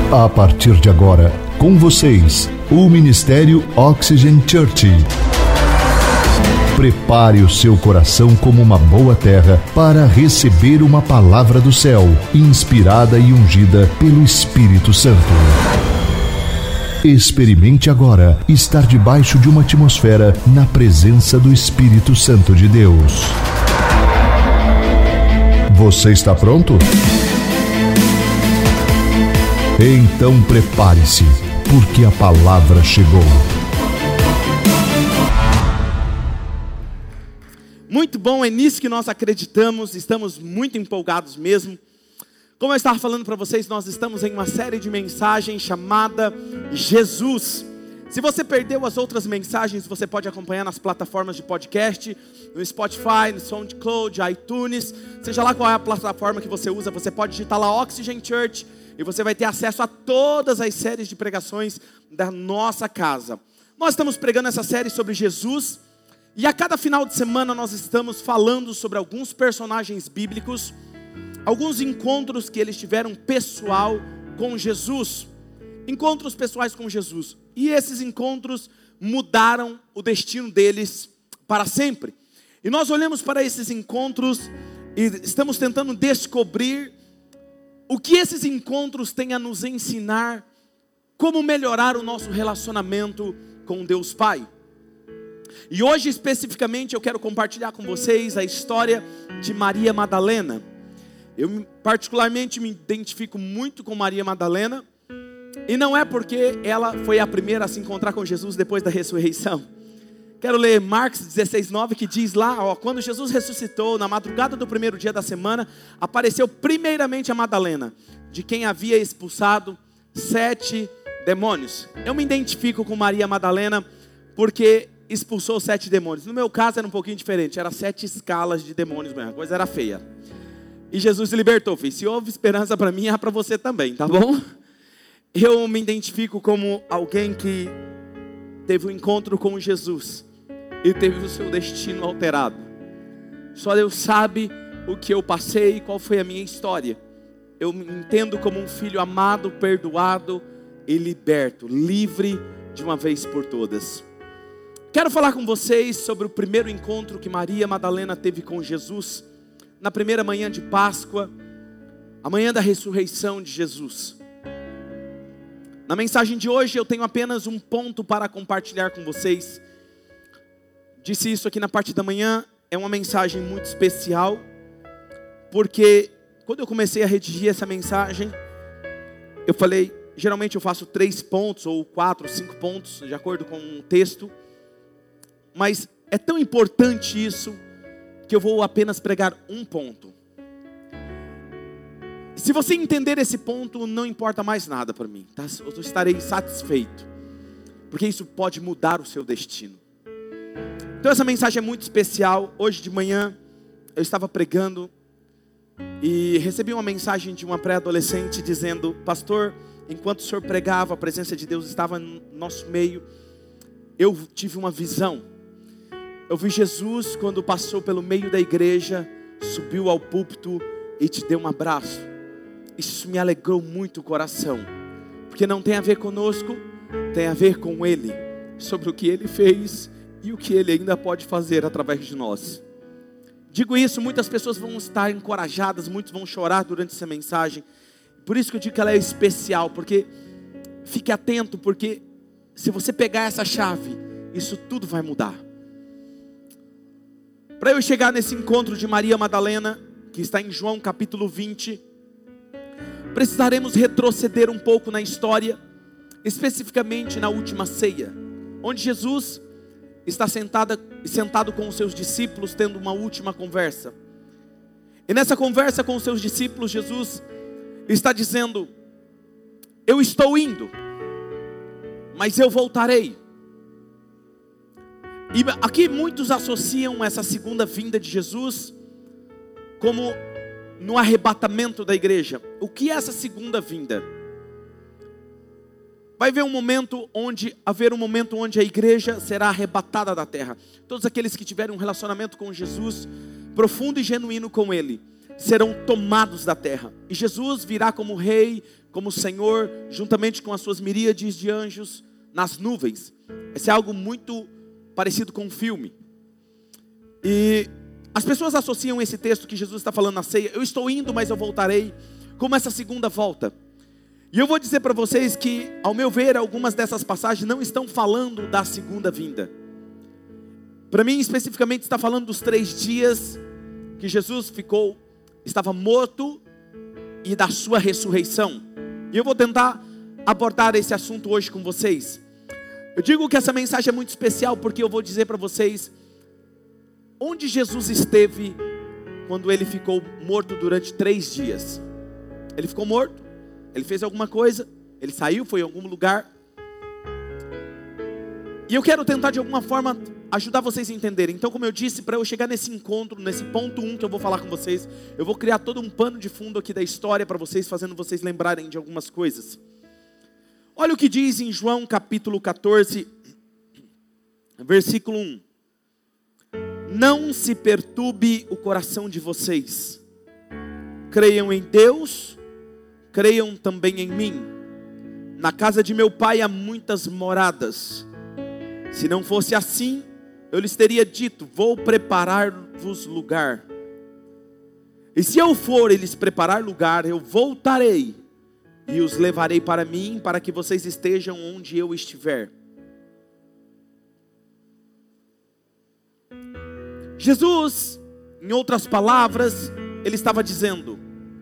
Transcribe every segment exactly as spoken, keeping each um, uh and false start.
A partir de agora, com vocês, o Ministério Oxygen Church. Prepare o seu coração como uma boa terra para receber uma palavra do céu, inspirada e ungida pelo Espírito Santo. Experimente agora estar debaixo de uma atmosfera na presença do Espírito Santo de Deus. Você está pronto? Então prepare-se, porque a palavra chegou. Muito bom, é nisso que nós acreditamos, estamos muito empolgados mesmo. Como eu estava falando para vocês, nós estamos em uma série de mensagens chamada Jesus. Se você perdeu as outras mensagens, você pode acompanhar nas plataformas de podcast, no Spotify, no SoundCloud, iTunes, seja lá qual é a plataforma que você usa, você pode digitar lá Oxygen Church e você vai ter acesso a todas as séries de pregações da nossa casa. Nós estamos pregando essa série sobre Jesus e a cada final de semana nós estamos falando sobre alguns personagens bíblicos, alguns encontros que eles tiveram pessoal com Jesus, encontros pessoais com Jesus, e esses encontros mudaram o destino deles para sempre. E nós olhamos para esses encontros e estamos tentando descobrir o que esses encontros têm a nos ensinar, como melhorar o nosso relacionamento com Deus Pai. E hoje especificamente eu quero compartilhar com vocês a história de Maria Madalena. Eu particularmente me identifico muito com Maria Madalena, e não é porque ela foi a primeira a se encontrar com Jesus depois da ressurreição. Quero ler Marcos dezesseis, nove, que diz lá, ó, quando Jesus ressuscitou, na madrugada do primeiro dia da semana, apareceu primeiramente a Madalena, de quem havia expulsado sete demônios. Eu me identifico com Maria Madalena porque expulsou sete demônios. No meu caso era um pouquinho diferente, era sete escalas de demônios mesmo, a coisa era feia. E Jesus se libertou, filho. Se houve esperança para mim, há para você também, tá bom? Eu me identifico como alguém que teve um encontro com Jesus e teve o seu destino alterado. Só Deus sabe o que eu passei, qual foi a minha história. Eu me entendo como um filho amado, perdoado e liberto, livre de uma vez por todas. Quero falar com vocês sobre o primeiro encontro que Maria Madalena teve com Jesus, na primeira manhã de Páscoa, a manhã da ressurreição de Jesus. Na mensagem de hoje eu tenho apenas um ponto para compartilhar com vocês. Disse isso aqui na parte da manhã, é uma mensagem muito especial, porque quando eu comecei a redigir essa mensagem, eu falei, geralmente eu faço três pontos, ou quatro, cinco pontos, de acordo com um texto, mas é tão importante isso, que eu vou apenas pregar um ponto. Se você entender esse ponto, não importa mais nada para mim, tá? Eu estarei satisfeito, porque isso pode mudar o seu destino. Então essa mensagem é muito especial. Hoje de manhã eu estava pregando e recebi uma mensagem de uma pré-adolescente dizendo: pastor, enquanto o senhor pregava, a presença de Deus estava no nosso meio, eu tive uma visão. Eu vi Jesus quando passou pelo meio da igreja, subiu ao púlpito e te deu um abraço. Isso me alegrou muito o coração, porque não tem a ver conosco, tem a ver com Ele, sobre o que Ele fez e o que Ele ainda pode fazer através de nós. Digo isso, muitas pessoas vão estar encorajadas, muitos vão chorar durante essa mensagem. Por isso que eu digo que ela é especial, porque fique atento, porque se você pegar essa chave, isso tudo vai mudar. Para eu chegar nesse encontro de Maria Madalena, que está em João capítulo vinte, precisaremos retroceder um pouco na história, especificamente na última ceia, onde Jesus está sentado, sentado com os seus discípulos, tendo uma última conversa. E nessa conversa com os seus discípulos, Jesus está dizendo: eu estou indo, mas eu voltarei. E aqui muitos associam essa segunda vinda de Jesus como no arrebatamento da igreja. O que é essa segunda vinda? Vai haver um momento onde, haver um momento onde a igreja será arrebatada da terra. Todos aqueles que tiverem um relacionamento com Jesus, profundo e genuíno com Ele, serão tomados da terra. E Jesus virá como rei, como Senhor, juntamente com as suas miríades de anjos nas nuvens. Esse é algo muito parecido com um filme. E as pessoas associam esse texto que Jesus está falando na ceia, eu estou indo, mas eu voltarei, como essa segunda volta. E eu vou dizer para vocês que, ao meu ver, algumas dessas passagens não estão falando da segunda vinda. Para mim, especificamente, está falando dos três dias que Jesus ficou, estava morto, e da sua ressurreição. E eu vou tentar abordar esse assunto hoje com vocês. Eu digo que essa mensagem é muito especial, porque eu vou dizer para vocês onde Jesus esteve quando ele ficou morto durante três dias. Ele ficou morto, ele fez alguma coisa, ele saiu, foi em algum lugar. E eu quero tentar de alguma forma ajudar vocês a entenderem. Então, como eu disse, para eu chegar nesse encontro, nesse ponto um que eu vou falar com vocês, eu vou criar todo um pano de fundo aqui da história para vocês, fazendo vocês lembrarem de algumas coisas. Olha o que diz em João capítulo quatorze, versículo um. Não se perturbe o coração de vocês. Creiam em Deus, creiam também em mim. Na casa de meu pai há muitas moradas. Se não fosse assim, eu lhes teria dito, vou preparar-vos lugar. E se eu for e lhes preparar lugar, eu voltarei e os levarei para mim, para que vocês estejam onde eu estiver. Jesus, em outras palavras, ele estava dizendo: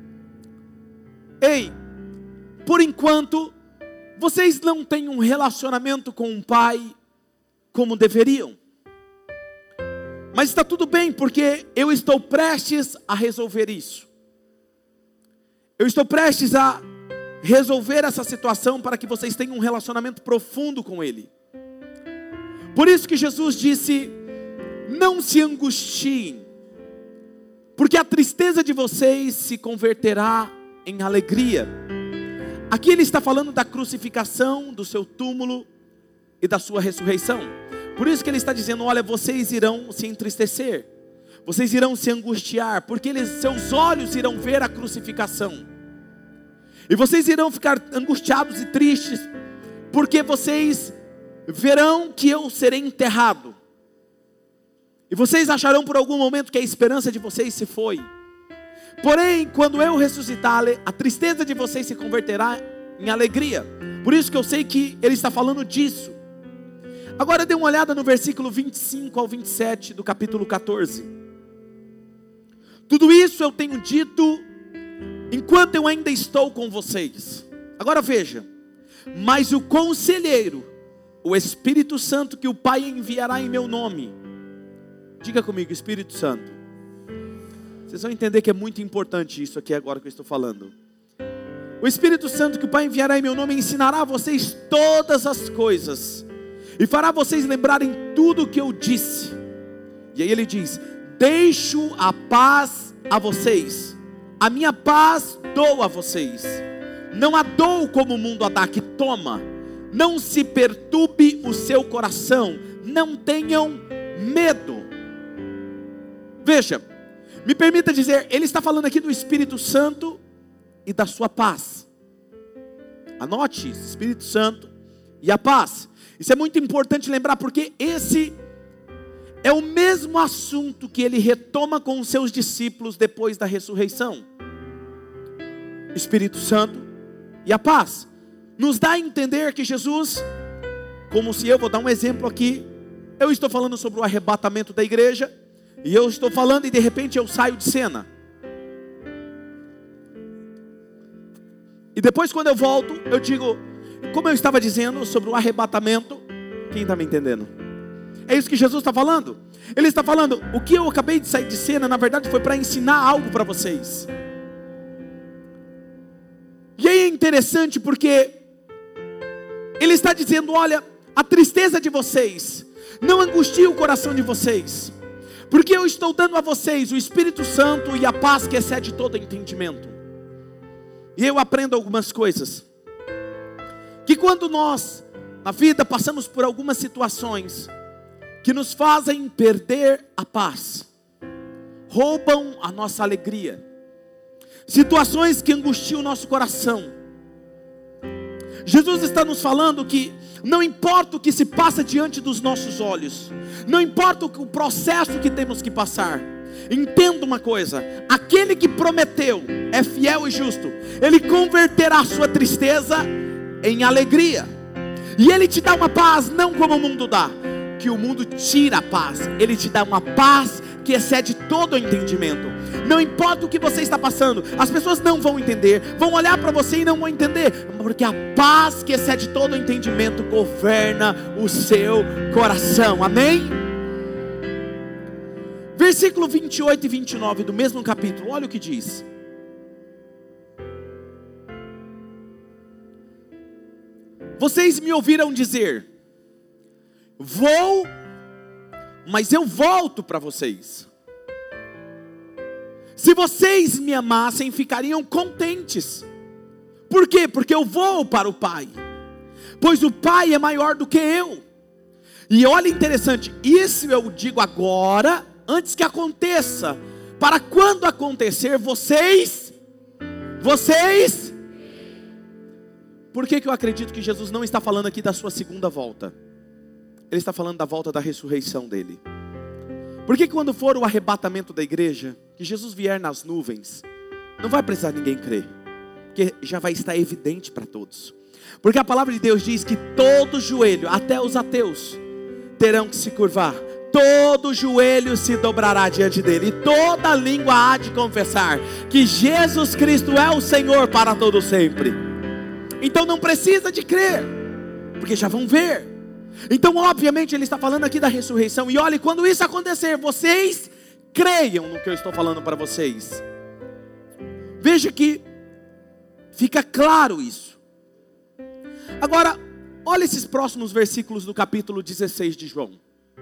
ei, por enquanto, vocês não têm um relacionamento com o Pai como deveriam. Mas está tudo bem, porque eu estou prestes a resolver isso. Eu estou prestes a resolver essa situação para que vocês tenham um relacionamento profundo com Ele. Por isso que Jesus disse: não se angustiem, porque a tristeza de vocês se converterá em alegria. Aqui ele está falando da crucificação, do seu túmulo e da sua ressurreição. Por isso que ele está dizendo: olha, vocês irão se entristecer, vocês irão se angustiar, porque eles, seus olhos irão ver a crucificação. E vocês irão ficar angustiados e tristes, porque vocês verão que eu serei enterrado. E vocês acharão por algum momento que a esperança de vocês se foi. Porém, quando eu ressuscitar, a tristeza de vocês se converterá em alegria. Por isso que eu sei que ele está falando disso. Agora dê uma olhada no versículo vinte e cinco ao vinte e sete do capítulo quatorze. Tudo isso eu tenho dito enquanto eu ainda estou com vocês. Agora veja: mas o conselheiro, o Espírito Santo, que o Pai enviará em meu nome. Diga comigo, Espírito Santo. Vocês vão entender que é muito importante isso aqui agora que eu estou falando. O Espírito Santo que o Pai enviará em meu nome ensinará a vocês todas as coisas e fará vocês lembrarem tudo o que eu disse. E aí ele diz: deixo a paz a vocês, a minha paz dou a vocês. Não a dou como o mundo a dá, que toma. Não se perturbe o seu coração, não tenham medo. Veja, me permita dizer, ele está falando aqui do Espírito Santo e da sua paz. Anote isso, Espírito Santo e a paz. Isso é muito importante lembrar, porque esse é o mesmo assunto que ele retoma com os seus discípulos depois da ressurreição. Espírito Santo e a paz nos dá a entender que Jesus, como se eu vou dar um exemplo aqui, eu estou falando sobre o arrebatamento da igreja, e eu estou falando e de repente eu saio de cena. E depois quando eu volto, eu digo, como eu estava dizendo sobre o arrebatamento, quem está me entendendo? É isso que Jesus está falando. Ele está falando, o que eu acabei de sair de cena, na verdade foi para ensinar algo para vocês. E aí é interessante porque ele está dizendo, olha, a tristeza de vocês não angustia o coração de vocês, porque eu estou dando a vocês o Espírito Santo e a paz que excede todo entendimento. E eu aprendo algumas coisas, que quando nós na vida passamos por algumas situações que nos fazem perder a paz, roubam a nossa alegria, situações que angustiam o nosso coração. Jesus está nos falando que não importa o que se passa diante dos nossos olhos, não importa o processo que temos que passar, entenda uma coisa: aquele que prometeu é fiel e justo. Ele converterá a sua tristeza em alegria, e Ele te dá uma paz não como o mundo dá, que o mundo tira a paz. Ele te dá uma paz que excede todo o entendimento. Não importa o que você está passando, as pessoas não vão entender, vão olhar para você e não vão entender, porque a paz que excede todo o entendimento governa o seu coração. Amém? Versículo vinte e oito e vinte e nove do mesmo capítulo, olha o que diz: vocês me ouviram dizer, vou, mas eu volto para vocês. Se vocês me amassem, ficariam contentes. Por quê? Porque eu vou para o Pai, pois o Pai é maior do que eu. E olha interessante, isso eu digo agora, antes que aconteça, para quando acontecer, vocês, vocês, por que que eu acredito que Jesus não está falando aqui da sua segunda volta? Ele está falando da volta da ressurreição dele. Porque quando for o arrebatamento da igreja, que Jesus vier nas nuvens, não vai precisar ninguém crer, porque já vai estar evidente para todos. Porque a palavra de Deus diz que todo joelho, até os ateus, terão que se curvar. Todo joelho se dobrará diante dele, e toda língua há de confessar que Jesus Cristo é o Senhor para todo sempre. Então não precisa de crer, porque já vão ver. Então obviamente ele está falando aqui da ressurreição. E olha, quando isso acontecer, vocês creiam no que eu estou falando para vocês. Veja que fica claro isso. Agora, olha esses próximos versículos do capítulo dezesseis de João.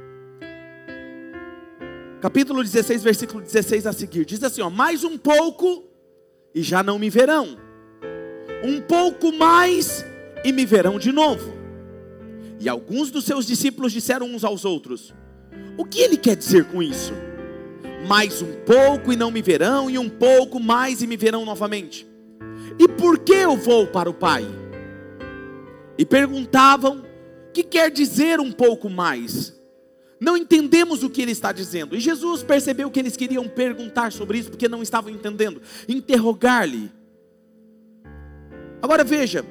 Capítulo dezesseis, versículo dezesseis a seguir. Diz assim, ó: mais um pouco e já não me verão. Um pouco mais e me verão de novo. E alguns dos seus discípulos disseram uns aos outros: o que ele quer dizer com isso? Mais um pouco e não me verão, e um pouco mais e me verão novamente. E por que eu vou para o Pai? E perguntavam: o que quer dizer um pouco mais? Não entendemos o que ele está dizendo. E Jesus percebeu que eles queriam perguntar sobre isso, porque não estavam entendendo, interrogar-lhe. Agora veja,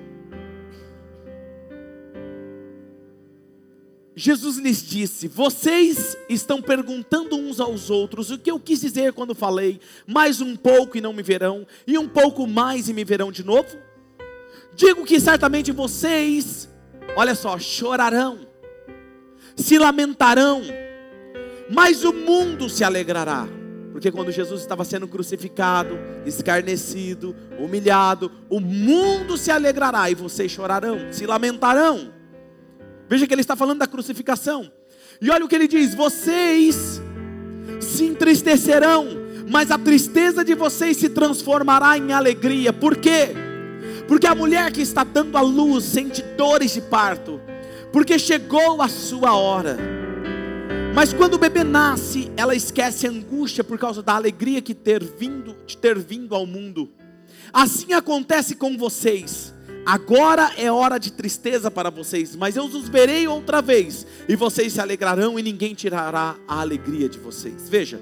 Jesus lhes disse: vocês estão perguntando uns aos outros o que eu quis dizer quando falei, mais um pouco e não me verão, e um pouco mais e me verão de novo? Digo que certamente vocês, olha só, chorarão, se lamentarão, mas o mundo se alegrará. Porque quando Jesus estava sendo crucificado, escarnecido, humilhado, o mundo se alegrará e vocês chorarão, se lamentarão. Veja que ele está falando da crucificação. E olha o que ele diz: vocês se entristecerão, mas a tristeza de vocês se transformará em alegria. Por quê? Porque a mulher que está dando à luz sente dores de parto, porque chegou a sua hora. Mas quando o bebê nasce, ela esquece a angústia por causa da alegria que ter vindo, de ter vindo ao mundo. Assim acontece com vocês. Agora é hora de tristeza para vocês, mas eu os verei outra vez, e vocês se alegrarão, e ninguém tirará a alegria de vocês. Veja,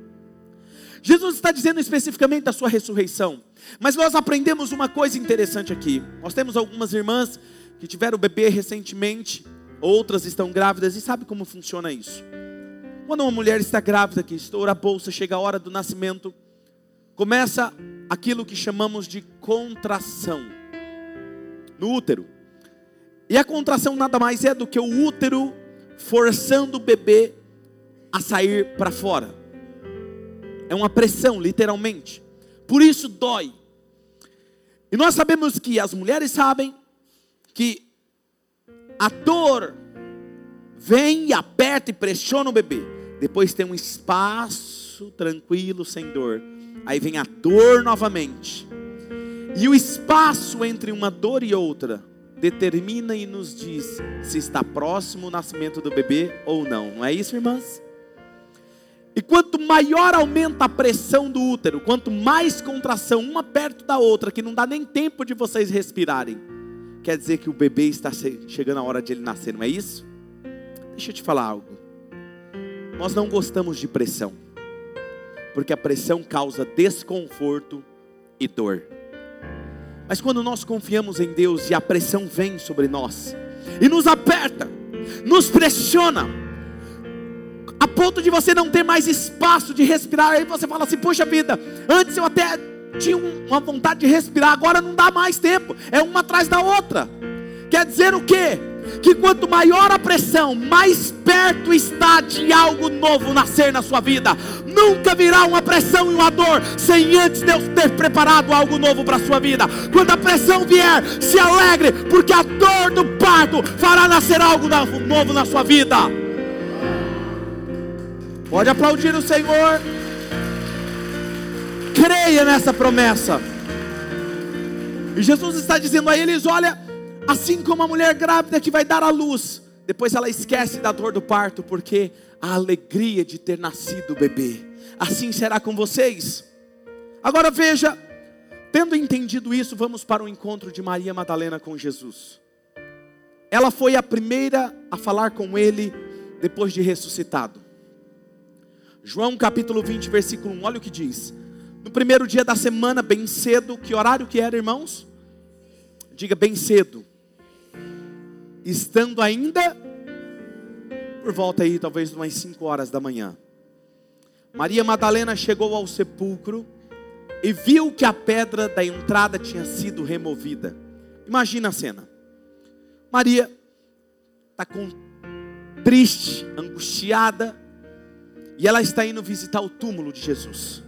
Jesus está dizendo especificamente da sua ressurreição, mas nós aprendemos uma coisa interessante aqui. Nós temos algumas irmãs que tiveram bebê recentemente, outras estão grávidas, e sabe como funciona isso? Quando uma mulher está grávida, que estoura a bolsa, chega a hora do nascimento, começa aquilo que chamamos de contração no útero. E a contração nada mais é do que o útero forçando o bebê a sair para fora. É uma pressão, literalmente. Por isso dói. E nós sabemos que, as mulheres sabem que a dor vem e aperta e pressiona o bebê. Depois tem um espaço tranquilo, sem dor. Aí vem a dor novamente. E o espaço entre uma dor e outra determina e nos diz se está próximo o nascimento do bebê ou não. Não é isso, irmãs? E quanto maior aumenta a pressão do útero, quanto mais contração, uma perto da outra, que não dá nem tempo de vocês respirarem, quer dizer que o bebê está chegando a hora de ele nascer, não é isso? Deixa eu te falar algo. Nós não gostamos de pressão, porque a pressão causa desconforto e dor. Mas quando nós confiamos em Deus e a pressão vem sobre nós, e nos aperta, nos pressiona, a ponto de você não ter mais espaço de respirar, aí você fala assim, poxa vida, antes eu até tinha uma vontade de respirar, agora não dá mais tempo, é uma atrás da outra. Quer dizer o quê? Que quanto maior a pressão, mais perto está de algo novo nascer na sua vida. Nunca virá uma pressão e uma dor sem antes Deus ter preparado algo novo para a sua vida. Quando a pressão vier, se alegre, porque a dor do parto fará nascer algo novo na sua vida. Pode aplaudir o Senhor. Creia nessa promessa. E Jesus está dizendo a eles, olha, assim como a mulher grávida que vai dar à luz, depois ela esquece da dor do parto, porque a alegria de ter nascido o bebê, assim será com vocês. Agora veja, tendo entendido isso, vamos para o encontro de Maria Madalena com Jesus. Ela foi a primeira a falar com ele depois de ressuscitado. João capítulo vinte, versículo um, olha o que diz. No primeiro dia da semana, bem cedo, que horário que era, irmãos? Diga bem cedo. Estando ainda por volta aí, talvez umas cinco horas da manhã, Maria Madalena chegou ao sepulcro e viu que a pedra da entrada tinha sido removida. Imagina a cena. Maria está com triste, angustiada, e ela está indo visitar o túmulo de Jesus.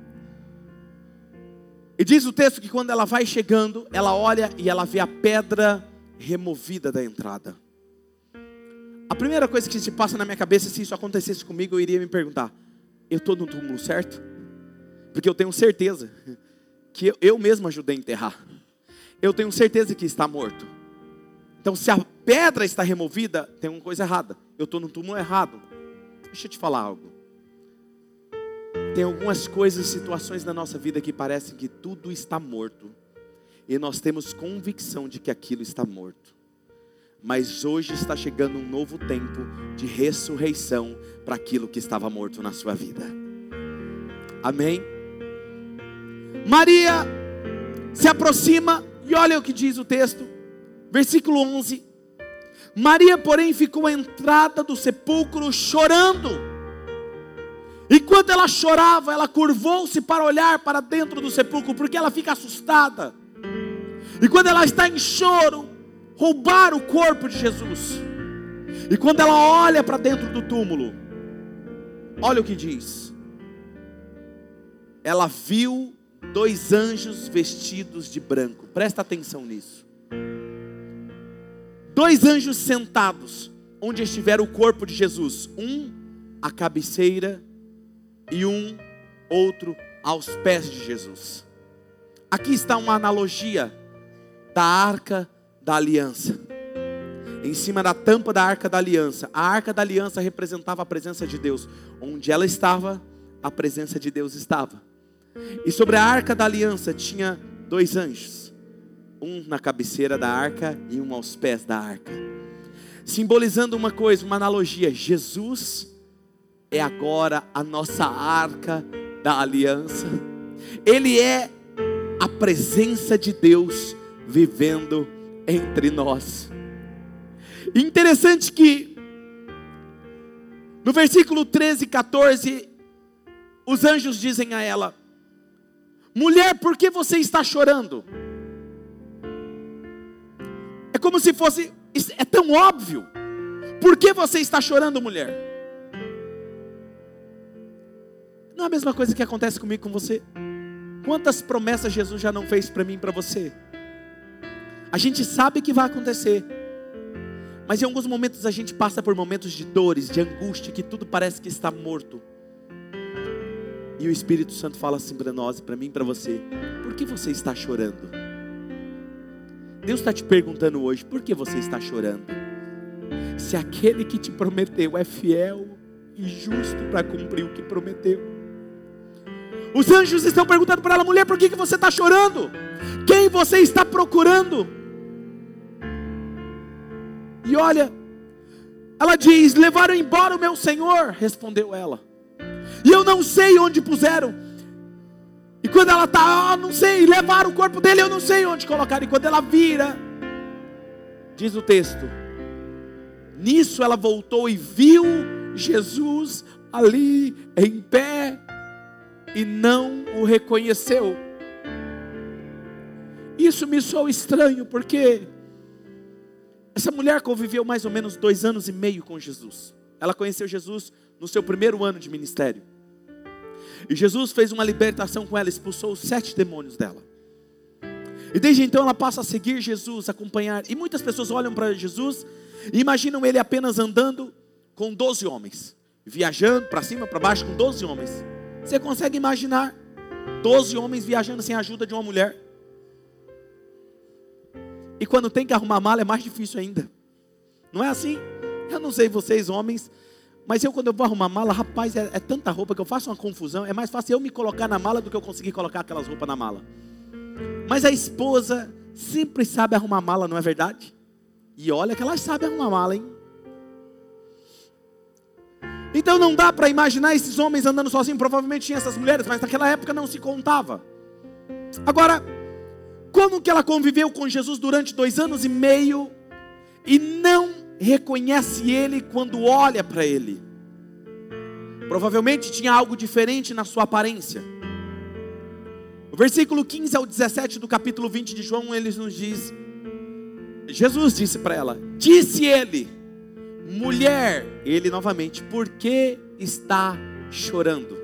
E diz o texto que quando ela vai chegando, ela olha e ela vê a pedra removida da entrada. A primeira coisa que se passa na minha cabeça, se isso acontecesse comigo, eu iria me perguntar, eu estou no túmulo certo? Porque eu tenho certeza que eu, eu mesmo ajudei a enterrar. Eu tenho certeza que está morto. Então se a pedra está removida, tem uma coisa errada. Eu estou no túmulo errado. Deixa eu te falar algo. Tem algumas coisas, situações na nossa vida que parecem que tudo está morto. E nós temos convicção de que aquilo está morto. Mas hoje está chegando um novo tempo de ressurreição para aquilo que estava morto na sua vida. Amém? Maria se aproxima e olha o que diz o texto. Versículo onze. Maria, porém, ficou à entrada do sepulcro chorando. Enquanto ela chorava, ela curvou-se para olhar para dentro do sepulcro, porque ela fica assustada. E quando ela está em choro, roubaram o corpo de Jesus. E quando ela olha para dentro do túmulo, olha o que diz. Ela viu dois anjos vestidos de branco. Presta atenção nisso. Dois anjos sentados, onde estivera o corpo de Jesus. Um à cabeceira e um outro aos pés de Jesus. Aqui está uma analogia da arca da aliança. Em cima da tampa da arca da aliança. A arca da aliança representava a presença de Deus. Onde ela estava, a presença de Deus estava. E sobre a arca da aliança tinha dois anjos. Um na cabeceira da arca e um aos pés da arca. Simbolizando uma coisa, uma analogia. Jesus é agora a nossa arca da aliança. Ele é a presença de Deus vivendo entre nós. Interessante que no versículo treze e catorze, os anjos dizem a ela: mulher, por que você está chorando? É como se fosse, é tão óbvio. Por que você está chorando, mulher? Não é a mesma coisa que acontece comigo com você? Quantas promessas Jesus já não fez para mim e para você? A gente sabe que vai acontecer, mas em alguns momentos a gente passa por momentos de dores, de angústia, que tudo parece que está morto. E o Espírito Santo fala assim para nós, para mim e para você: por que você está chorando? Deus está te perguntando hoje, por que você está chorando? Se aquele que te prometeu é fiel, e justo para cumprir o que prometeu. Os anjos estão perguntando para ela: mulher, por que, que você está chorando? Quem você está procurando? E olha, ela diz: levaram embora o meu Senhor, respondeu ela, e eu não sei onde puseram. E quando ela está, ah, não sei, levaram o corpo dele, eu não sei onde colocar. E quando ela vira, diz o texto, nisso ela voltou e viu Jesus ali em pé e não o reconheceu. Isso me soou estranho, porque essa mulher conviveu mais ou menos dois anos e meio com Jesus. Ela conheceu Jesus no seu primeiro ano de ministério. E Jesus fez uma libertação com ela, expulsou os sete demônios dela. E desde então ela passa a seguir Jesus, acompanhar. E muitas pessoas olham para Jesus e imaginam ele apenas andando com doze homens, viajando para cima, para baixo com doze homens. Você consegue imaginar doze homens viajando sem a ajuda de uma mulher? E quando tem que arrumar mala é mais difícil ainda. Não é assim? Eu não sei vocês homens, mas eu quando eu vou arrumar mala, rapaz, é, é tanta roupa que eu faço uma confusão. É mais fácil eu me colocar na mala do que eu conseguir colocar aquelas roupas na mala. Mas a esposa sempre sabe arrumar mala, não é verdade? E olha que ela sabe arrumar mala, hein? Então não dá para imaginar esses homens andando sozinhos. Provavelmente tinha essas mulheres, mas naquela época não se contava. Agora, como que ela conviveu com Jesus durante dois anos e meio e não reconhece ele quando olha para ele? Provavelmente tinha algo diferente na sua aparência. O versículo quinze ao dezessete do capítulo vinte de João, ele nos diz, Jesus disse para ela, disse ele, mulher, ele novamente, por que está chorando?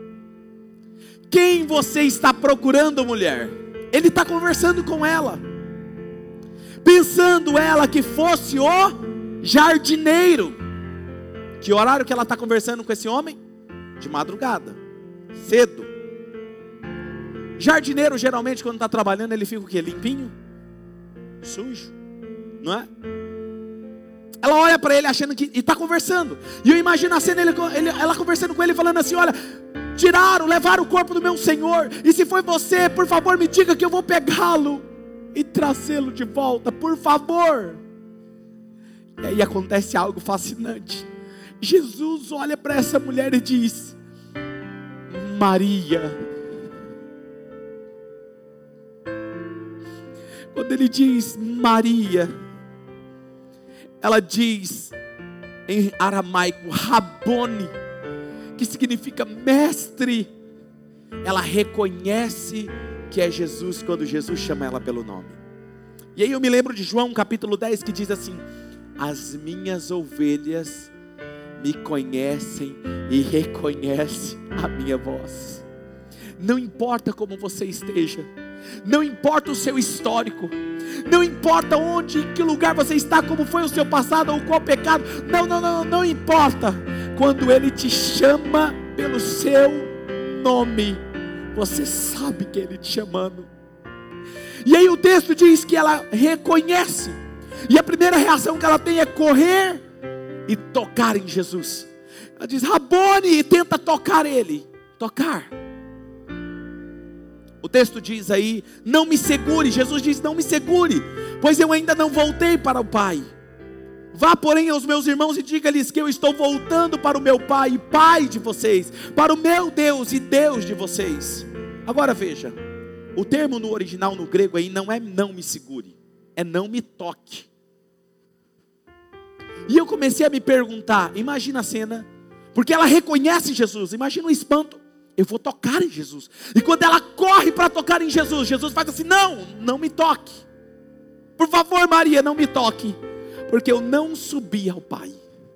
Quem você está procurando, mulher? Ele está conversando com ela, pensando ela que fosse o jardineiro. Que horário que ela está conversando com esse homem? De madrugada, cedo. Jardineiro geralmente quando está trabalhando ele fica o quê? Limpinho? Sujo, não é? Ela olha para ele achando que, e está conversando. E eu imagino a cena, ele, ele, ela conversando com ele, falando assim, olha, tiraram, levaram o corpo do meu Senhor, e se foi você, por favor me diga que eu vou pegá-lo e trazê-lo de volta, por favor. E aí acontece algo fascinante. Jesus olha para essa mulher e diz, Maria. Quando ele diz Maria, ela diz em aramaico, Rabone, que significa mestre. Ela reconhece que é Jesus quando Jesus chama ela pelo nome. E aí eu me lembro de João capítulo dez que diz assim, as minhas ovelhas me conhecem e reconhecem a minha voz. Não importa como você esteja, não importa o seu histórico, não importa onde, em que lugar você está, como foi o seu passado ou qual pecado, não, não, não, não importa. Quando Ele te chama pelo seu nome, você sabe que Ele te chamando. E aí o texto diz que ela reconhece, e a primeira reação que ela tem é correr e tocar em Jesus. Ela diz, Rabone, e tenta tocar Ele, tocar. O texto diz aí, não me segure. Jesus diz, não me segure, pois eu ainda não voltei para o Pai. Vá porém aos meus irmãos e diga-lhes que eu estou voltando para o meu Pai e Pai de vocês, para o meu Deus e Deus de vocês. Agora veja, o termo no original no grego aí não é não me segure, é não me toque. E eu comecei a me perguntar, imagina a cena, porque ela reconhece Jesus, imagina o espanto. Eu vou tocar em Jesus. E quando ela corre para tocar em Jesus, Jesus faz assim, não, não me toque. Por favor, Maria, não me toque, porque eu não subi ao Pai.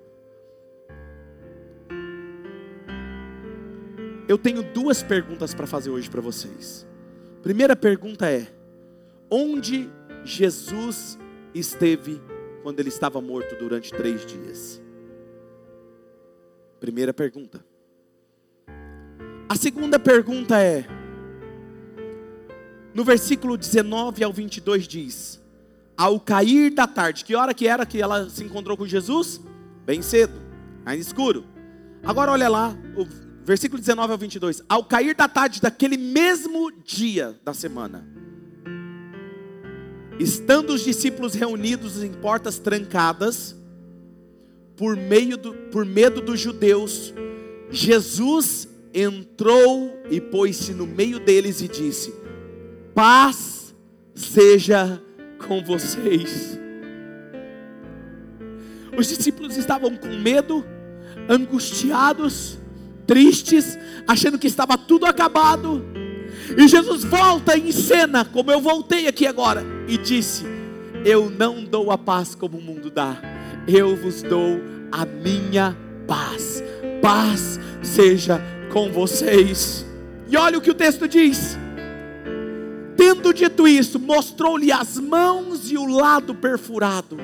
Eu tenho duas perguntas para fazer hoje para vocês. Primeira pergunta é, onde Jesus esteve quando ele estava morto durante três dias? Primeira pergunta. A segunda pergunta é, no versículo dezenove ao vinte e dois diz, ao cair da tarde, que hora que era que ela se encontrou com Jesus? Bem cedo, ainda escuro. Agora olha lá, o versículo dezenove ao vinte e dois. Ao cair da tarde daquele mesmo dia da semana, estando os discípulos reunidos em portas trancadas, por, meio do, por medo dos judeus, Jesus entrou e pôs-se no meio deles e disse: paz seja com vocês. Os discípulos estavam com medo, angustiados, tristes, achando que estava tudo acabado. E Jesus volta em cena, como eu voltei aqui agora, e disse: eu não dou a paz como o mundo dá, eu vos dou a minha paz. Paz seja com vocês. E olha o que o texto diz: tendo dito isso, mostrou-lhe as mãos e o lado perfurado.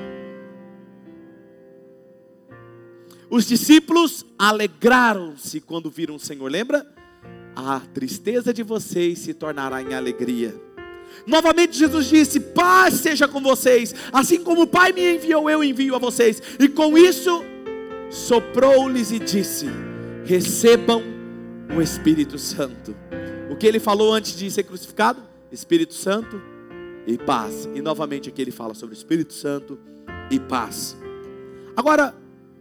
Os discípulos alegraram-se quando viram o Senhor. Lembra? A tristeza de vocês se tornará em alegria. Novamente Jesus disse: paz seja com vocês. Assim como o Pai me enviou, eu envio a vocês. E com isso soprou-lhes e disse: recebam o Espírito Santo. O que ele falou antes de ser crucificado? Espírito Santo e paz. E novamente aqui ele fala sobre o Espírito Santo e paz. Agora,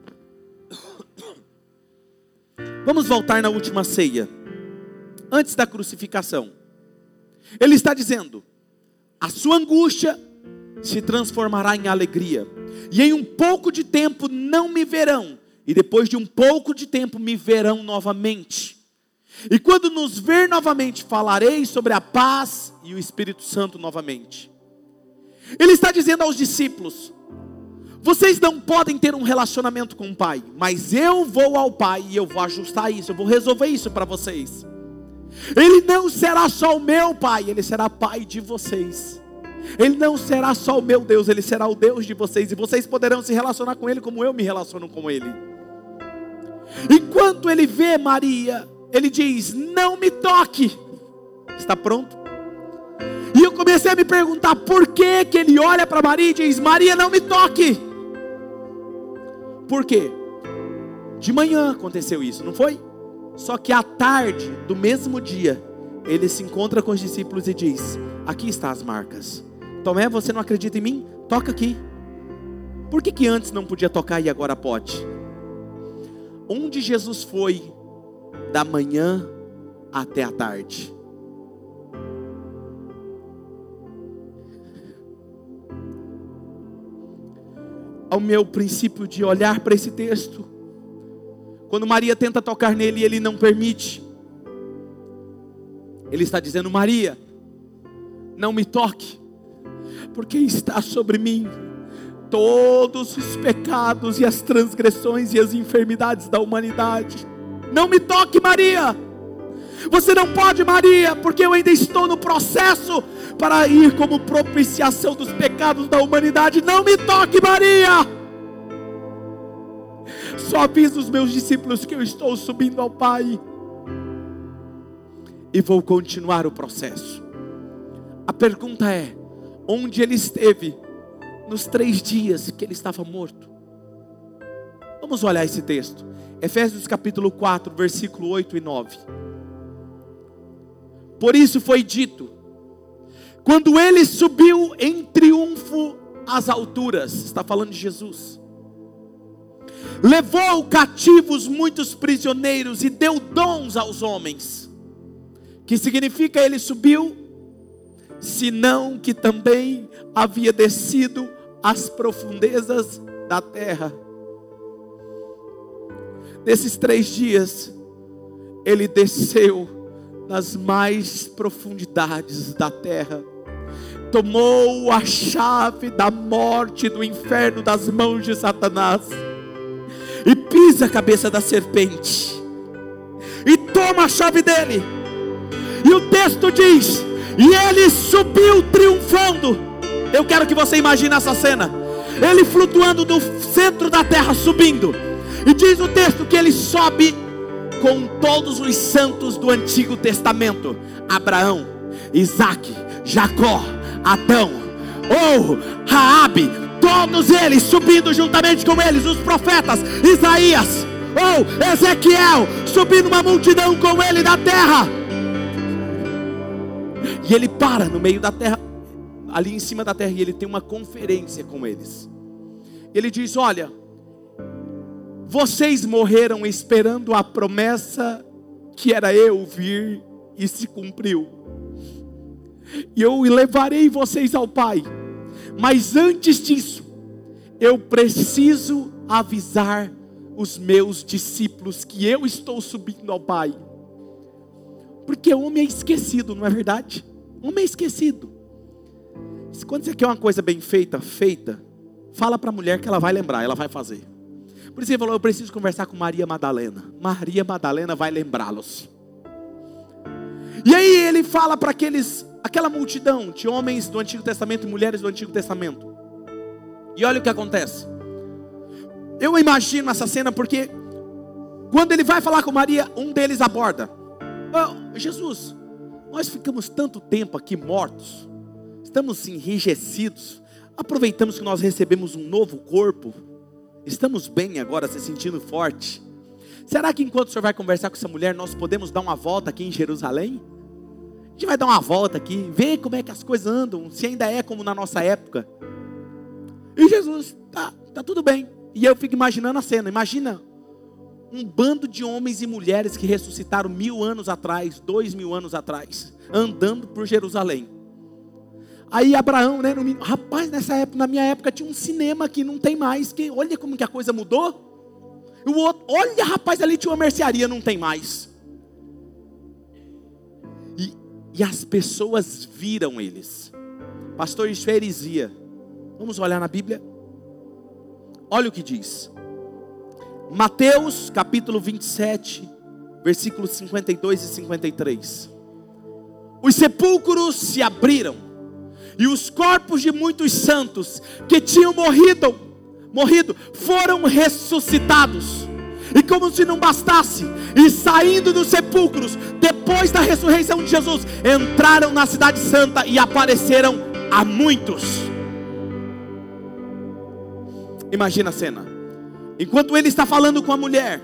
vamos voltar na última ceia, antes da crucificação. Ele está dizendo: a sua angústia se transformará em alegria, e em um pouco de tempo não me verão, e depois de um pouco de tempo me verão novamente. E quando nos ver novamente, falarei sobre a paz e o Espírito Santo novamente. Ele está dizendo aos discípulos: vocês não podem ter um relacionamento com o Pai, mas eu vou ao Pai e eu vou ajustar isso, eu vou resolver isso para vocês. Ele não será só o meu Pai, Ele será Pai de vocês. Ele não será só o meu Deus, Ele será o Deus de vocês. E vocês poderão se relacionar com Ele como eu me relaciono com Ele. Enquanto Ele vê Maria, Ele diz: não me toque. Está pronto? E eu comecei a me perguntar por que que Ele olha para Maria e diz: Maria, não me toque. Por quê? De manhã aconteceu isso, não foi? Só que à tarde do mesmo dia, Ele se encontra com os discípulos e diz: aqui estão as marcas. Tomé, você não acredita em mim? Toca aqui. Por que que antes não podia tocar e agora pode? Onde Jesus foi da manhã até a tarde? Ao meu princípio de olhar para esse texto, quando Maria tenta tocar nele e ele não permite, ele está dizendo: Maria, não me toque, porque está sobre mim todos os pecados e as transgressões e as enfermidades da humanidade. Não me toque, Maria. Você não pode, Maria, porque eu ainda estou no processo para ir como propiciação dos pecados da humanidade. Não me toque, Maria. Só avisa os meus discípulos que eu estou subindo ao Pai e vou continuar o processo. A pergunta é: onde ele esteve nos três dias que ele estava morto? Vamos olhar esse texto, Efésios capítulo quatro, versículo oito e nove. Por isso foi dito, quando ele subiu em triunfo às alturas, está falando de Jesus, levou cativos muitos prisioneiros e deu dons aos homens. Que significa ele subiu? Senão que também havia descido às profundezas da terra. Nesses três dias, ele desceu nas mais profundidades da terra, tomou a chave da morte e do inferno das mãos de Satanás, e pisa a cabeça da serpente, e toma a chave dele, e o texto diz, e ele subiu triunfando. Eu quero que você imagine essa cena, ele flutuando do centro da terra, subindo, e diz o texto que ele sobe com todos os santos do Antigo Testamento, Abraão, Isaac, Jacó, Adão, ou Raabe, todos eles subindo juntamente com eles, os profetas, Isaías, ou Ezequiel subindo uma multidão com ele da terra. E ele para no meio da terra, ali em cima da terra, e ele tem uma conferência com eles. Ele diz: olha, vocês morreram esperando a promessa que era eu vir, e se cumpriu. E eu levarei vocês ao Pai. Mas antes disso, eu preciso avisar os meus discípulos que eu estou subindo ao Pai. Porque o homem é esquecido, não é verdade? O homem é esquecido. Quando você quer uma coisa bem feita, feita, fala para a mulher que ela vai lembrar, ela vai fazer. Por isso ele falou: eu preciso conversar com Maria Madalena. Maria Madalena vai lembrá-los. E aí ele fala para aqueles, aquela multidão de homens do Antigo Testamento e mulheres do Antigo Testamento. E olha o que acontece. Eu imagino essa cena porque quando ele vai falar com Maria, um deles aborda: oh, Jesus, nós ficamos tanto tempo aqui mortos, estamos enrijecidos, aproveitamos que nós recebemos um novo corpo, estamos bem agora, se sentindo forte. Será que enquanto o senhor vai conversar com essa mulher, nós podemos dar uma volta aqui em Jerusalém? A gente vai dar uma volta aqui, ver como é que as coisas andam, se ainda é como na nossa época. E Jesus, tá, tá tudo bem. E eu fico imaginando a cena. Imagina um bando de homens e mulheres que ressuscitaram mil anos atrás, dois mil anos atrás, andando por Jerusalém. Aí Abraão, né, no, rapaz, nessa época, na minha época tinha um cinema aqui, não tem mais. Que, olha como que a coisa mudou. O outro, olha rapaz, ali tinha uma mercearia, não tem mais. E, e as pessoas viram eles. Pastor, isso é heresia. Vamos olhar na Bíblia. Olha o que diz. Mateus capítulo vinte e sete, versículos cinquenta e dois e cinquenta e três. Os sepulcros se abriram, e os corpos de muitos santos que tinham morrido, morrido, foram ressuscitados. E como se não bastasse, e saindo dos sepulcros, depois da ressurreição de Jesus, entraram na cidade santa e apareceram a muitos. Imagina a cena. Enquanto ele está falando com a mulher,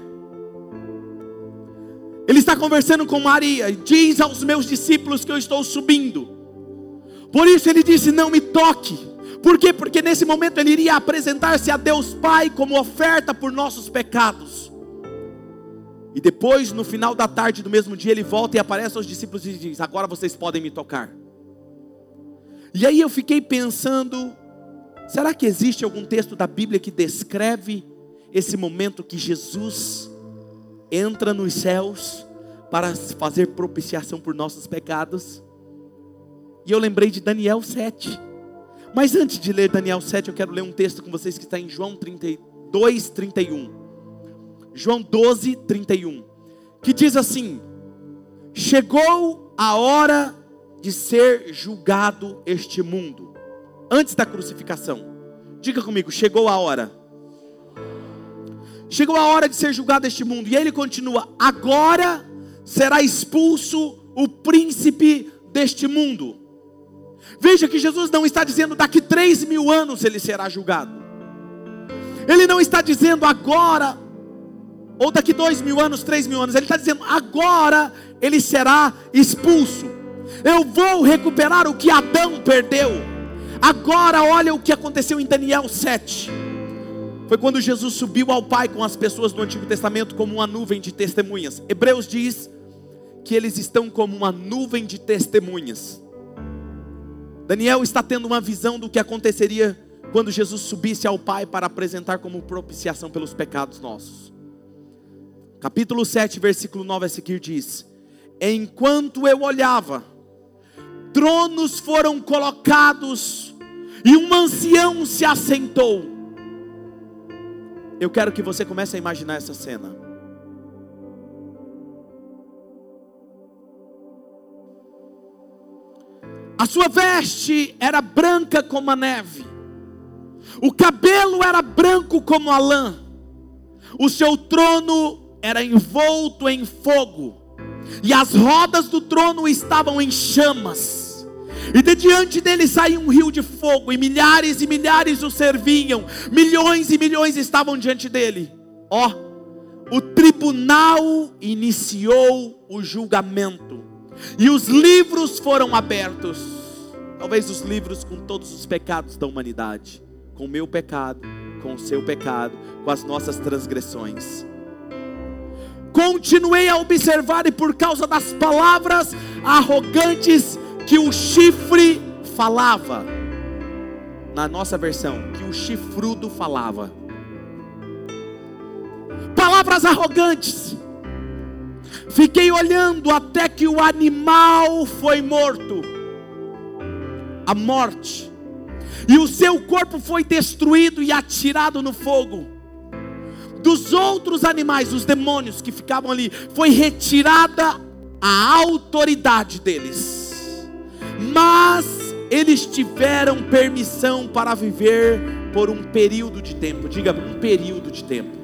ele está conversando com Maria, e diz aos meus discípulos que eu estou subindo. Por isso ele disse: não me toque. Por quê? Porque nesse momento ele iria apresentar-se a Deus Pai como oferta por nossos pecados. E depois, no final da tarde do mesmo dia, ele volta e aparece aos discípulos e diz: agora vocês podem me tocar. E aí eu fiquei pensando, será que existe algum texto da Bíblia que descreve esse momento que Jesus entra nos céus para fazer propiciação por nossos pecados? E eu lembrei de Daniel sete. Mas antes de ler Daniel sete, eu quero ler um texto com vocês que está em João dois, trinta e um. João doze, trinta e um. Que diz assim: chegou a hora de ser julgado este mundo. Antes da crucificação. Diga comigo: chegou a hora. Chegou a hora de ser julgado este mundo. E ele continua: agora será expulso o príncipe deste mundo. Veja que Jesus não está dizendo daqui três mil anos ele será julgado. Ele não está dizendo agora, ou daqui dois mil anos, três mil anos. Ele está dizendo agora ele será expulso. Eu vou recuperar o que Adão perdeu. Agora olha o que aconteceu em Daniel sete. Foi quando Jesus subiu ao Pai com as pessoas do Antigo Testamento como uma nuvem de testemunhas. Hebreus diz que eles estão como uma nuvem de testemunhas. Daniel está tendo uma visão do que aconteceria quando Jesus subisse ao Pai para apresentar como propiciação pelos pecados nossos. Capítulo sete, versículo nove a seguir diz: enquanto eu olhava, tronos foram colocados e um ancião se assentou. Eu quero que você comece a imaginar essa cena. A sua veste era branca como a neve, o cabelo era branco como a lã, o seu trono era envolto em fogo, e as rodas do trono estavam em chamas, e de diante dele saía um rio de fogo, e milhares e milhares o serviam, milhões e milhões estavam diante dele. Ó, o tribunal iniciou o julgamento e os livros foram abertos. Talvez os livros com todos os pecados da humanidade, com o meu pecado, com o seu pecado, com as nossas transgressões. Continuei a observar, e por causa das palavras arrogantes que o chifre falava, na nossa versão, que o chifrudo falava, palavras arrogantes, fiquei olhando até que o animal foi morto, a morte, e o seu corpo foi destruído e atirado no fogo. Dos outros animais, os demônios que ficavam ali, foi retirada a autoridade deles, mas eles tiveram permissão para viver por um período de tempo. Diga, um período de tempo.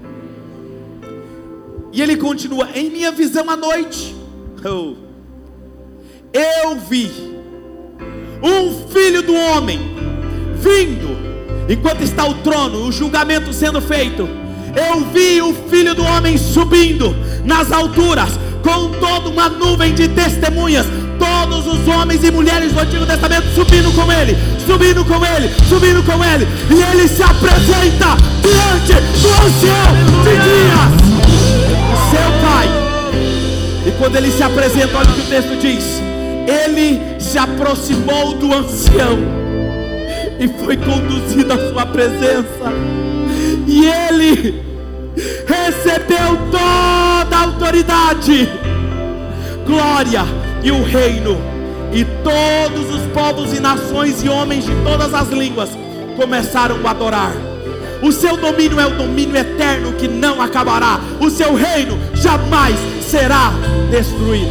E ele continua: em minha visão à noite, oh, eu vi um filho do homem vindo, enquanto está o trono, o julgamento sendo feito. Eu vi o filho do homem subindo nas alturas, com toda uma nuvem de testemunhas. Todos os homens e mulheres do Antigo Testamento subindo com ele, subindo com ele, subindo com ele. E ele se apresenta diante do ancião de dias, seu pai. E quando ele se apresenta, olha o que o texto diz: ele se aproximou do ancião e foi conduzido à sua presença. E ele recebeu toda a autoridade, glória e o reino. E todos os povos e nações e homens de todas as línguas começaram a adorar. O seu domínio é o domínio eterno que não acabará. O seu reino jamais será destruído.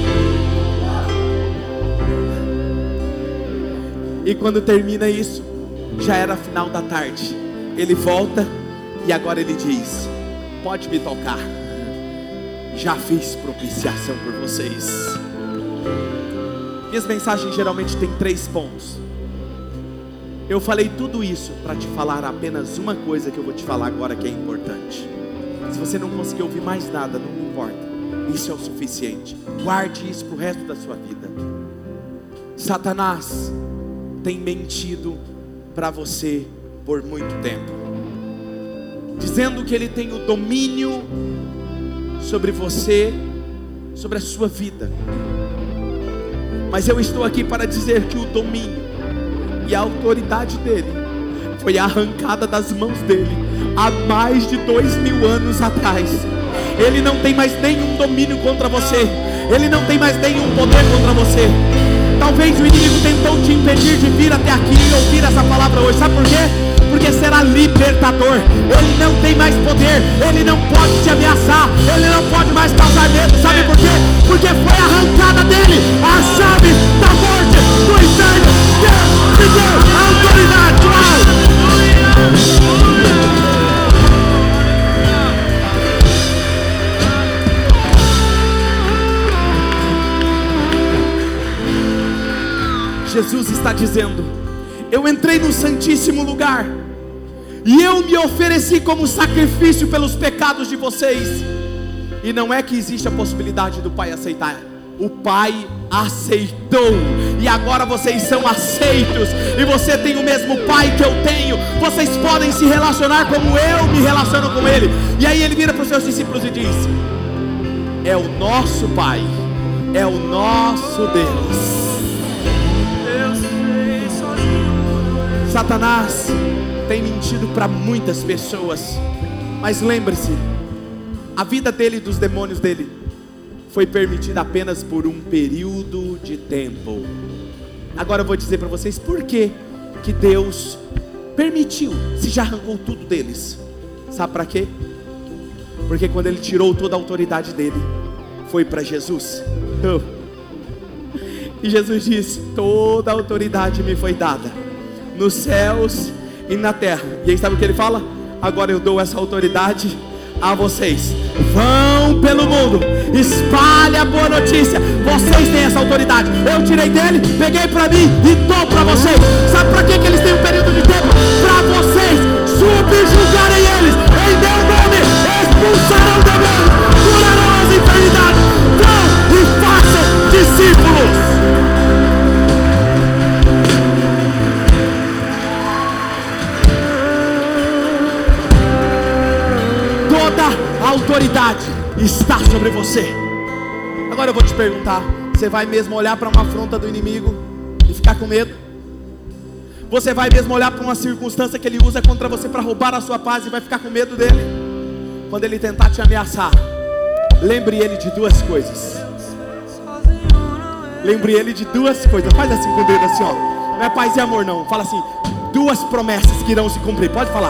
E quando termina isso, já era final da tarde. Ele volta e agora ele diz: pode me tocar, já fiz propiciação por vocês. Minhas mensagens geralmente têm três pontos. Eu falei tudo isso para te falar apenas uma coisa que eu vou te falar agora, que é importante. Se você não conseguir ouvir mais nada, não importa, isso é o suficiente. Guarde isso para o resto da sua vida. Satanás tem mentido para você por muito tempo, dizendo que ele tem o domínio sobre você, sobre a sua vida. Mas eu estou aqui para dizer que o domínio e a autoridade dele foi arrancada das mãos dele há mais de dois mil anos atrás. Ele não tem mais nenhum domínio contra você. Ele não tem mais nenhum poder contra você. Talvez o inimigo tentou te impedir de vir até aqui e ouvir essa palavra hoje. Sabe por quê? Porque será libertador. Ele não tem mais poder. Ele não pode te ameaçar. Ele não pode mais causar medo. Sabe por quê? Porque foi arrancada dele a chave da morte, do inferno. Deus te deu a autoridade. Jesus está dizendo: eu entrei no Santíssimo Lugar e eu me ofereci como sacrifício pelos pecados de vocês. E não é que existe a possibilidade do Pai aceitar. O Pai aceitou, e agora vocês são aceitos. E você tem o mesmo Pai que eu tenho. Vocês podem se relacionar como eu me relaciono com Ele. E aí ele vira para os seus discípulos e diz: é o nosso Pai, é o nosso Deus. Satanás tem mentido para muitas pessoas, mas lembre-se, a vida dele e dos demônios dele foi permitida apenas por um período de tempo. Agora eu vou dizer para vocês por que que Deus permitiu, se já arrancou tudo deles. Sabe para quê? Porque quando ele tirou toda a autoridade dele, foi para Jesus. Oh. E Jesus disse: toda a autoridade me foi dada nos céus e na terra. E aí sabe o que ele fala? Agora eu dou essa autoridade a vocês. Vão pelo mundo, espalhe a boa notícia. Vocês têm essa autoridade. Eu tirei dele, peguei para mim e dou para vocês. Sabe para que que eles têm um período de tempo? Para vocês subjugarem eles. Em meu nome expulsarão demônios. autoridade está sobre você. Agora eu vou te perguntar: você vai mesmo olhar para uma afronta do inimigo e ficar com medo? Você vai mesmo olhar para uma circunstância que ele usa contra você para roubar a sua paz e vai ficar com medo dele? Quando ele tentar te ameaçar, lembre ele de duas coisas. Lembre ele de duas coisas. Faz assim com o dedo assim, ó. Não é paz e amor não. Fala assim: duas promessas que irão se cumprir. Pode falar.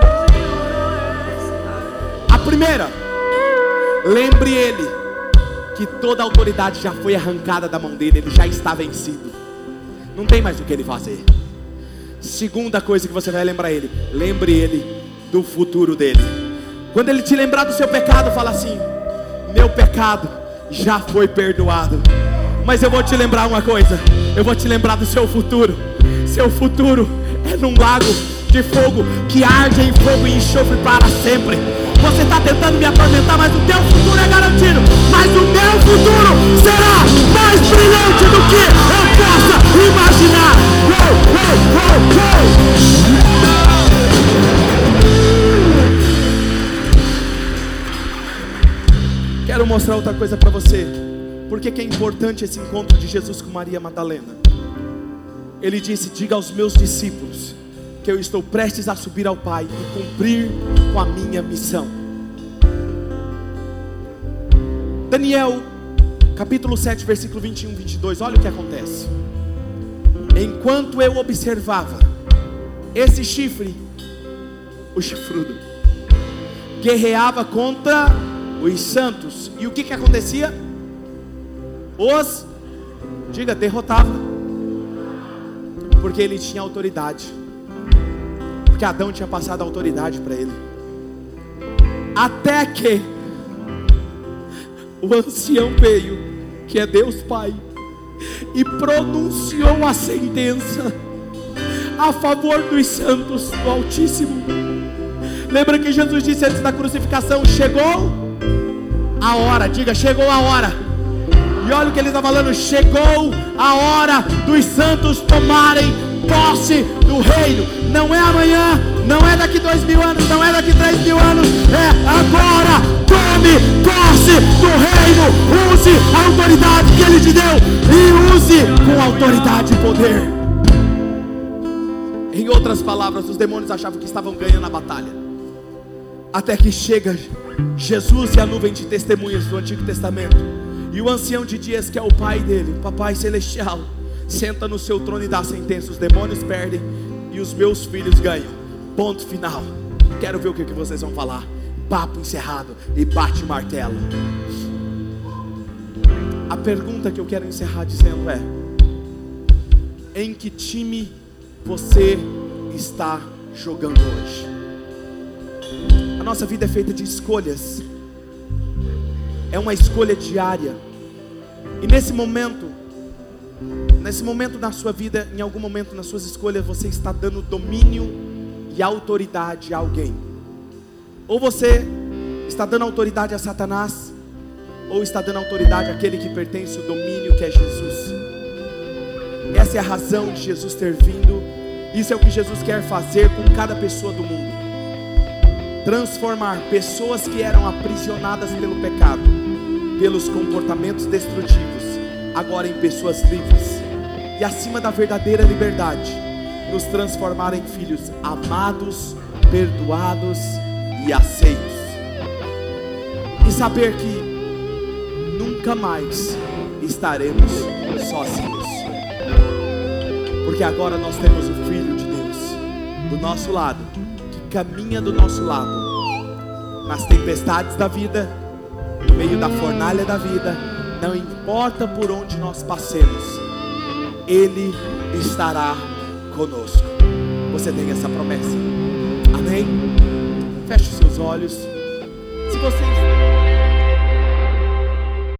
A primeira, lembre ele que toda a autoridade já foi arrancada da mão dele. Ele já está vencido. Não tem mais o que ele fazer. Segunda coisa que você vai lembrar ele: lembre ele do futuro dele. Quando ele te lembrar do seu pecado, fala assim: meu pecado já foi perdoado. Mas eu vou te lembrar uma coisa: eu vou te lembrar do seu futuro. Seu futuro é num lago de fogo que arde em fogo e enxofre para sempre. Você está tentando me atormentar, mas o teu futuro é garantido. Mas o meu futuro será mais brilhante do que eu possa imaginar. Uou, uou, uou, uou. Quero mostrar outra coisa para você. Por que que é importante esse encontro de Jesus com Maria Madalena? Ele disse: diga aos meus discípulos que eu estou prestes a subir ao Pai e cumprir com a minha missão. Daniel, capítulo sete, versículo vinte e um, vinte e dois. Olha o que acontece. Enquanto eu observava, esse chifre, o chifrudo, guerreava contra os santos. E o que que acontecia? Os, diga, derrotava. Porque ele tinha autoridade. Porque Adão tinha passado a autoridade para ele. Até que o ancião veio, que é Deus Pai, e pronunciou a sentença a favor dos santos do Altíssimo. Lembra que Jesus disse antes da crucificação: chegou a hora. Diga, chegou a hora. E olha o que ele está falando: chegou a hora dos santos tomarem posse do reino. Não é amanhã, não é daqui dois mil anos, não é daqui três mil anos, é agora. Tome posse do reino. Use a autoridade que ele te deu e use com autoridade e poder. Em outras palavras, os demônios achavam que estavam ganhando a batalha, até que chega Jesus e a nuvem de testemunhas do Antigo Testamento, e o ancião de dias, que é o pai dele, o papai celestial, senta no seu trono e dá a sentença: os demônios perdem e os meus filhos ganham. Ponto final. Quero ver o que, que vocês vão falar. Papo encerrado e bate o martelo. A pergunta que eu quero encerrar dizendo é: em que time você está jogando hoje? A nossa vida é feita de escolhas. É uma escolha diária. E nesse momento, nesse momento na sua vida, em algum momento nas suas escolhas, você está dando domínio e autoridade a alguém. Ou você está dando autoridade a Satanás, ou está dando autoridade àquele que pertence ao domínio, que é Jesus. Essa é a razão de Jesus ter vindo. Isso é o que Jesus quer fazer com cada pessoa do mundo: transformar pessoas que eram aprisionadas pelo pecado, pelos comportamentos destrutivos, agora em pessoas livres, e acima da verdadeira liberdade, nos transformar em filhos amados, perdoados e aceitos. E saber que nunca mais estaremos sozinhos, porque agora nós temos o Filho de Deus do nosso lado, que caminha do nosso lado nas tempestades da vida, no meio da fornalha da vida. Não importa por onde nós passemos, Ele estará conosco. Você tem essa promessa? Amém? Feche os seus olhos. Se você